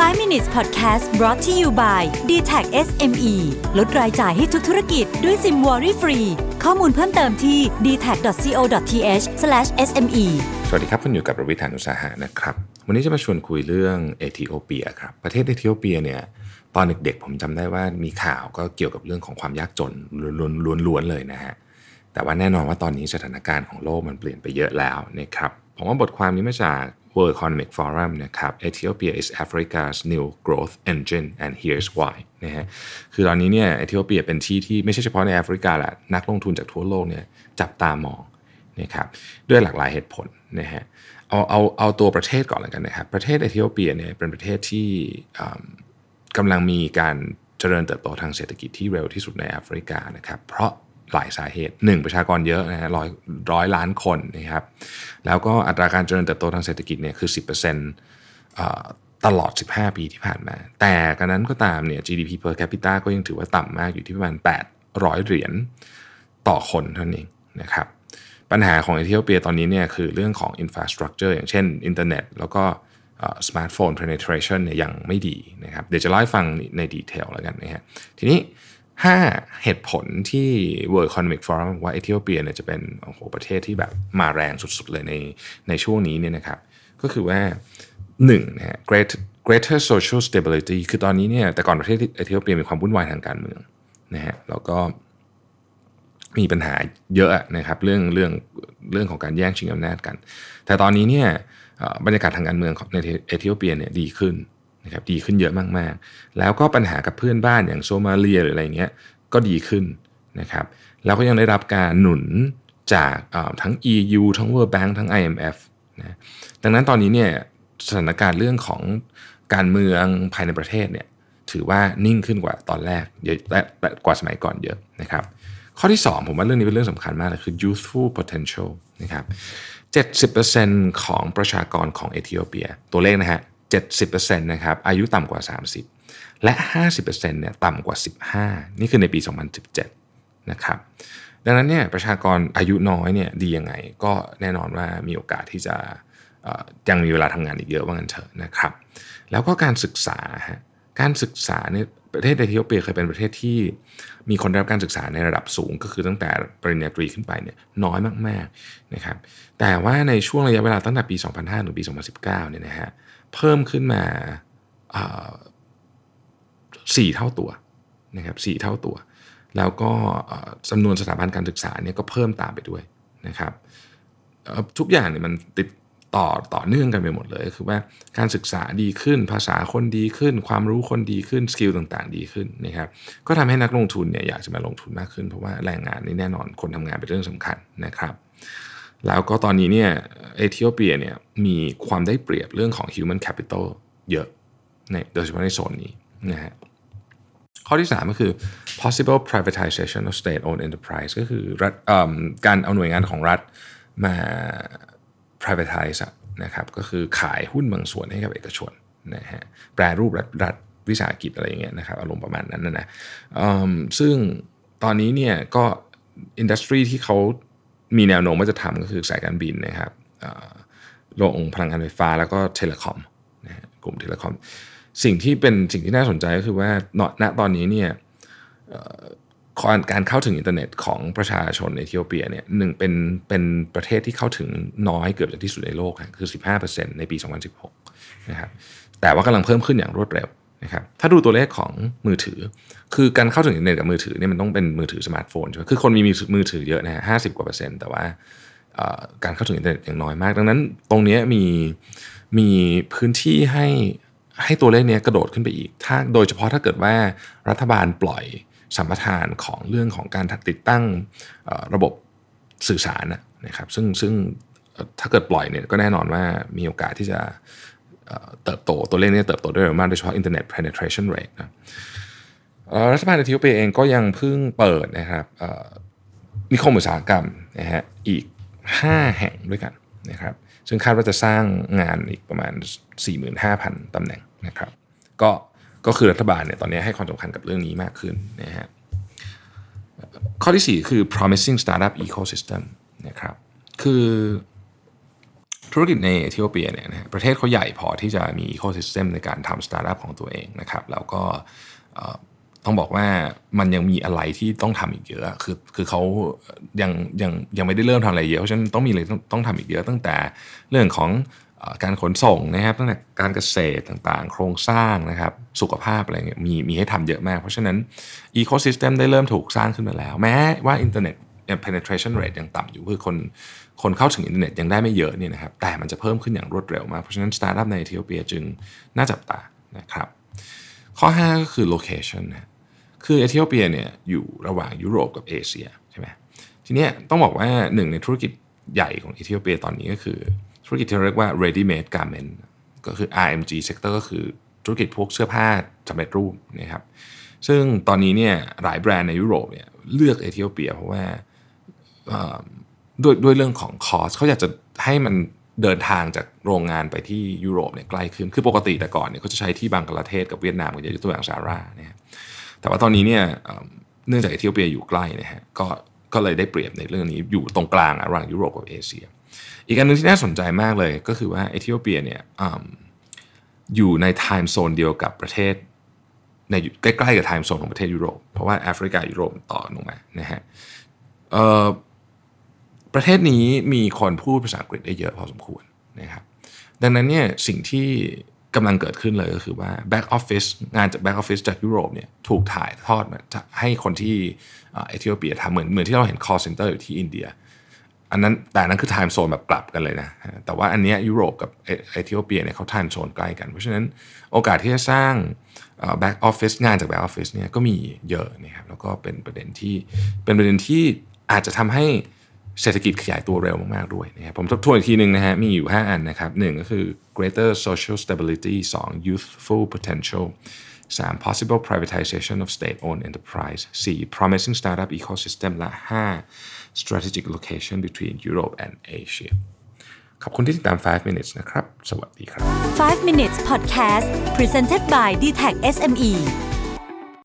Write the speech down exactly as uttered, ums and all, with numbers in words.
ไฟว์ minutes podcast brought to you by ดี แท็ก เอส เอ็ม อี ลดรายจ่ายให้ทุกธุรกิจด้วยซิมวอรี่ฟรีข้อมูลเพิ่มเติมที่ ดี แท็ก ดอท ซี โอ ดอท ที เอช สแลช เอส เอ็ม อีสวัสดีครับคุณอยู่กับรวิทย์ หาญอุตสาหะนะครับวันนี้จะมาชวนคุยเรื่องเอธิโอเปียครับประเทศเอธิโอเปียเนี่ยตอนเด็กๆผมจำได้ว่ามีข่าวก็เกี่ยวกับเรื่องของความยากจนล้วนๆเลยนะฮะแต่ว่าแน่นอนว่าตอนนี้สถานการณ์ของโลกมันเปลี่ยนไปเยอะแล้วนะครับผมว่าบทความนี้มาจาก World Economic Forum นะครับ Ethiopia is Africa's new growth engine and here's why นะฮะคือตอนนี้เนี่ยเอธิโอเปียเป็นที่ที่ไม่ใช่เฉพาะในแอฟริกาแหละนักลงทุนจากทั่วโลกเนี่ยจับตามองนะครับด้วยหลากหลายเหตุผลนะฮะเอาเอาเอาตัวประเทศก่อนแล้วกันนะครับประเทศเอธิโอเปียเนี่ยเป็นประเทศที่กำลังมีการเจริญเติบโตทางเศรษฐกิจที่เร็วที่สุดในแอฟริกานะครับเพราะหลายสาเหตุหนึ่งประชากรเยอะนะฮะร้อยร้อยล้านคนนะครับแล้วก็อัตราการเจริญเติบโตทางเศรษฐกิจเนี่ยคือ สิบเปอร์เซ็นต์ เอ่อตลอดสิบห้าปีที่ผ่านมาแต่กันนั้นก็ตามเนี่ย จี ดี พี per capita ก็ยังถือว่าต่ำมากอยู่ที่ประมาณแปดร้อยเหรียญต่อคนเท่านั้นเองนะครับปัญหาของเอธิโอเปียตอนนี้เนี่ยคือเรื่องของ infrastructure อย่างเช่นอินเทอร์เน็ตแล้วก็สมาร์ทโฟน penetration เนี่ยยังไม่ดีนะครับเดี๋ยวจะเล่าให้ฟังในดีเทลแล้วกันนะฮะทีนี้ห้าเหตุผลที่ World Economic Forum ว่าเอธิโอเปียเนี่ยจะเป็นโอ้โหประเทศที่แบบมาแรงสุดๆเลยในในช่วงนี้เนี่ยนะครับก็คือว่าหนึ่งนะฮะ great greater social stability คือตอนนี้เนี่ยแต่ก่อนประเทศเอธิโอเปียมีความวุ่นวายทางการเมืองนะฮะแล้วก็มีปัญหาเยอะนะครับเรื่องเรื่องเรื่องของการแย่งชิงอำนาจกันแต่ตอนนี้เนี่ยบรรยากาศทางการเมืองในเอธิโอเปียเนี่ยดีขึ้นนะครับดีขึ้นเยอะมากๆแล้วก็ปัญหากับเพื่อนบ้านอย่างโซมาเลียหรืออะไรเงี้ยก็ดีขึ้นนะครับแล้วก็ยังได้รับการหนุนจากทั้ง อี ยู ทั้ง World Bank ทั้ง ไอ เอ็ม เอฟ นะดังนั้นตอนนี้เนี่ยสถานการณ์เรื่องของการเมืองภายในประเทศเนี่ยถือว่านิ่งขึ้นกว่าตอนแรกเยอะและกว่าสมัยก่อนเยอะนะครับข้อที่สองผมว่าเรื่องนี้เป็นเรื่องสำคัญมากเลยคือ youthful potential นะครับ เจ็ดสิบเปอร์เซ็นต์ ของประชากรของเอธิโอเปียตัวเลขนะฮะ เจ็ดสิบเปอร์เซ็นต์ นะครับอายุต่ำกว่าสามสิบและ ห้าสิบเปอร์เซ็นต์ เนี่ยต่ำกว่าสิบห้านี่คือในปีสองพันสิบเจ็ดนะครับดังนั้นเนี่ยประชากรอายุน้อยเนี่ยดียังไงก็แน่นอนว่ามีโอกาสที่จะยังมีเวลาทำงานอีกเยอะว่างั้นเถอะนะครับแล้วก็การศึกษาฮะการศึกษาเนี่ยประเทศเอธิโอเปียเคยเป็นประเทศที่มีคนได้รับการศึกษาในระดับสูงก็คือตั้งแต่ปริญญาตรีขึ้นไปเนี่ยน้อยมากๆนะครับแต่ว่าในช่วงระยะเวลาตั้งแต่ปีสองพันห้าถึงปีสองพันสิบเก้าเนี่ยนะฮะเพิ่มขึ้นมาสี่เท่าตัวนะครับสี่เท่าตัวแล้วก็จำนวนสถาบันการศึกษาเนี่ยก็เพิ่มตามไปด้วยนะครับทุกอย่างเนี่ยมันติดต่อต่อเนื่องกันไปหมดเลยคือว่าการศึกษาดีขึ้นภาษาคนดีขึ้นความรู้คนดีขึ้นสกิลต่างๆดีขึ้นนะครับก็ทำให้นักลงทุนเนี่ยอยากจะมาลงทุนมากขึ้นเพราะว่าแรงงานนี่แน่นอนคนทำงานเป็นเรื่องสำคัญนะครับแล้วก็ตอนนี้เนี่ยเอธิโอเปียเนี่ยมีความได้เปรียบเรื่องของ human capital เยอะในโดยเฉพาะในโซนนี้นะฮะข้อที่สามก็คือ possible privatization of state owned enterprise ก็คือรัฐการเอาหน่วยงานของรัฐมา privatize นะครับก็คือขายหุ้นบางส่วนให้กับเอกชนนะฮะแปรรูปรัฐรัฐวิสาหกิจอะไรอย่างเงี้ยนะครับอารมณ์ประมาณนั้นนะนะซึ่งตอนนี้เนี่ยก็อินดัสทรีที่เขามีแนวโน้มว่าจะทำก็คือสายการบินนะครับโรงพลังงานไฟฟ้าแล้วก็เทเลคอมนะฮะกลุ่มเทเลคอมสิ่งที่เป็นสิ่งที่น่าสนใจก็คือว่าณตอนนี้เนี่ยการเข้าถึงอินเทอร์เน็ตของประชาชนเอธิโอเปียเนี่ยหนึ่งเป็นเป็นประเทศที่เข้าถึงน้อยเกือบจะที่สุดในโลกคือ สิบห้าเปอร์เซ็นต์ ในปีสองพันสิบหกนะครับแต่ว่ากำลังเพิ่มขึ้นอย่างรวดเร็วนะครับถ้าดูตัวเลขของมือถือคือการเข้าถึงอินเทอร์เน็ตกับมือถือเนี่ยมันต้องเป็นมือถือสมาร์ทโฟนใช่ไหมคือคนมีมือถือเยอะนะฮะห้าสิบกว่าเปอร์เซ็นต์แต่ว่าการเข้าถึงอินเทอร์เน็ตยังน้อยมากดังนั้นตรงนี้มีมีพื้นที่ให้ให้ตัวเลขนี้กระโดดขึ้นไปอีกถ้าโดยเฉพาะถ้าเกิดว่ารัฐบาลปล่อยสัมปทานของเรื่องของการติดตั้งระบบสื่อสารนะครับซึ่งซึ่งถ้าเกิดปล่อยเนี่ยก็แน่นอนว่ามีโอกาสที่จะเติบโตตัวเลขนี้เติบโตได้เร็วมากโดยเฉพาะ Internet penetration rate นะรัฐบาลเอธิโอเปียเองก็ยังเพิ่งเปิดนะครับนิคมอุตสาหกรรมนะฮะอีกห้าแห่งด้วยกันนะครับซึ่งคาดว่าจะสร้างงานอีกประมาณ สี่หมื่นห้าพัน ตำแหน่งนะครับก็ก็คือรัฐบาลเนี่ยตอนนี้ให้ความสำคัญกับเรื่องนี้มากขึ้นนะฮะข้อที่สี่คือ promising startup ecosystem นะครับคือธุรกิจในเอธิโอเปียเนี่ยนะประเทศเขาใหญ่พอที่จะมีอีโคซิสเต็มในการทำสตาร์ทอัพของตัวเองนะครับแล้วก็ต้องบอกว่ามันยังมีอะไรที่ต้องทำอีกเยอะคือคือเขายังยังยังไม่ได้เริ่มทำอะไรเยอะเพราะฉะนั้นต้องมีอะไรต้องต้องทำอีกเยอะตั้งแต่เรื่องของการขนส่งนะครับตั้งแต่การเกษตรต่างๆโครงสร้างนะครับสุขภาพอะไรเงี้ยมีมีให้ทำเยอะมากเพราะฉะนั้นอีโคซิสเต็มได้เริ่มถูกสร้างขึ้นมาแล้วแม้ว่าอินเทอร์เน็ต penetration rate ยังต่ำอยู่คือคนคนเข้าถึงอินเทอร์เน็ตยังได้ไม่เยอะเนี่ยนะครับแต่มันจะเพิ่มขึ้นอย่างรวดเร็วมากเพราะฉะนั้นสตาร์ทอัพในเอธิโอเปียจึงน่าจับตานะครับข้อห้าก็คือ location นะคือเอธิโอเปียเนี่ยอยู่ระหว่างยุโรปกับเอเชียใช่ไหมทีนี้ต้องบอกว่าหนึ่งในธุรกิจใหญ่ของเอธิโอเปียตอนนี้ก็คือธุรกิจที่เรียกว่า ready made garment ก็คือ อาร์ เอ็ม จี sector ก็คือธุรกิจพวกเสื้อผ้าสำเร็จรูปนะครับซึ่งตอนนี้เนี่ยหลายแบรนด์ในยุโรปเนี่ยเลือกเอธิโอเปียเพราะว่าด้วยด้วยเรื่องของคอสเขาอยากจะให้มันเดินทางจากโรงงานไปที่ยุโรปเนี่ยใกล้ขึ้นคือปกติแต่ก่อนเนี่ยเขาจะใช้ที่บังกลาเทศกับเวียดนามกันเยอะตัวอย่างซาร่าเนี่ยแต่ว่าตอนนี้เนี่ยเนื่องจากเอธิโอเปียอยู่ใกล้นะฮะก็ก็เลยได้เปรียบในเรื่องนี้อยู่ตรงกลางระหว่างยุโรปกับเอเชียอีกอันนึงที่น่าสนใจมากเลยก็คือว่าเอธิโอเปียเนี่ยอยู่ในไทม์โซนเดียวกับประเทศในใกล้ๆกับไทม์โซนของประเทศยุโรปเพราะว่าแอฟริกายุโรปต่อลงมานะฮะประเทศนี้มีคนพูดภาษาอังกฤษได้เยอะพอสมควรนะครับดังนั้นเนี่ยสิ่งที่กำลังเกิดขึ้นเลยก็คือว่า back office งานจาก back office จากยุโรปเนี่ยถูกถ่ายทอดมาให้คนที่เอธิโอเปียทำเหมือนเหมือนที่เราเห็น call center อยู่ที่อินเดียอันนั้นแต่นั้นคือ time zone แบบกลับกันเลยนะแต่ว่าอันนี้ยุโรปกับเอธิโอเปียเนี่ยเขา time zone ใกล้กันเพราะฉะนั้นโอกาสที่จะสร้าง back office งานจาก back office เนี่ยก็มีเยอะนะครับแล้วก็เป็นประเด็นที่เป็นประเด็นที่อาจจะทำให้เศรษฐกิจขยายตัวเร็วมากๆด้วยนะครับผมทบทวนอีกทีนึงนะฮะมีอยู่ห้าอันนะครับหนึ่งก็คือ greater social stability สอง youthful potential สาม possible privatization of state-owned enterprise สี่ promising startup ecosystem และห้า strategic location between Europe and Asia ขอบคุณที่ติดตามไฟว์ minutes นะครับสวัสดีครับไฟว์ minutes podcast presented by ดี ที เอ ซี เอส เอ็ม อี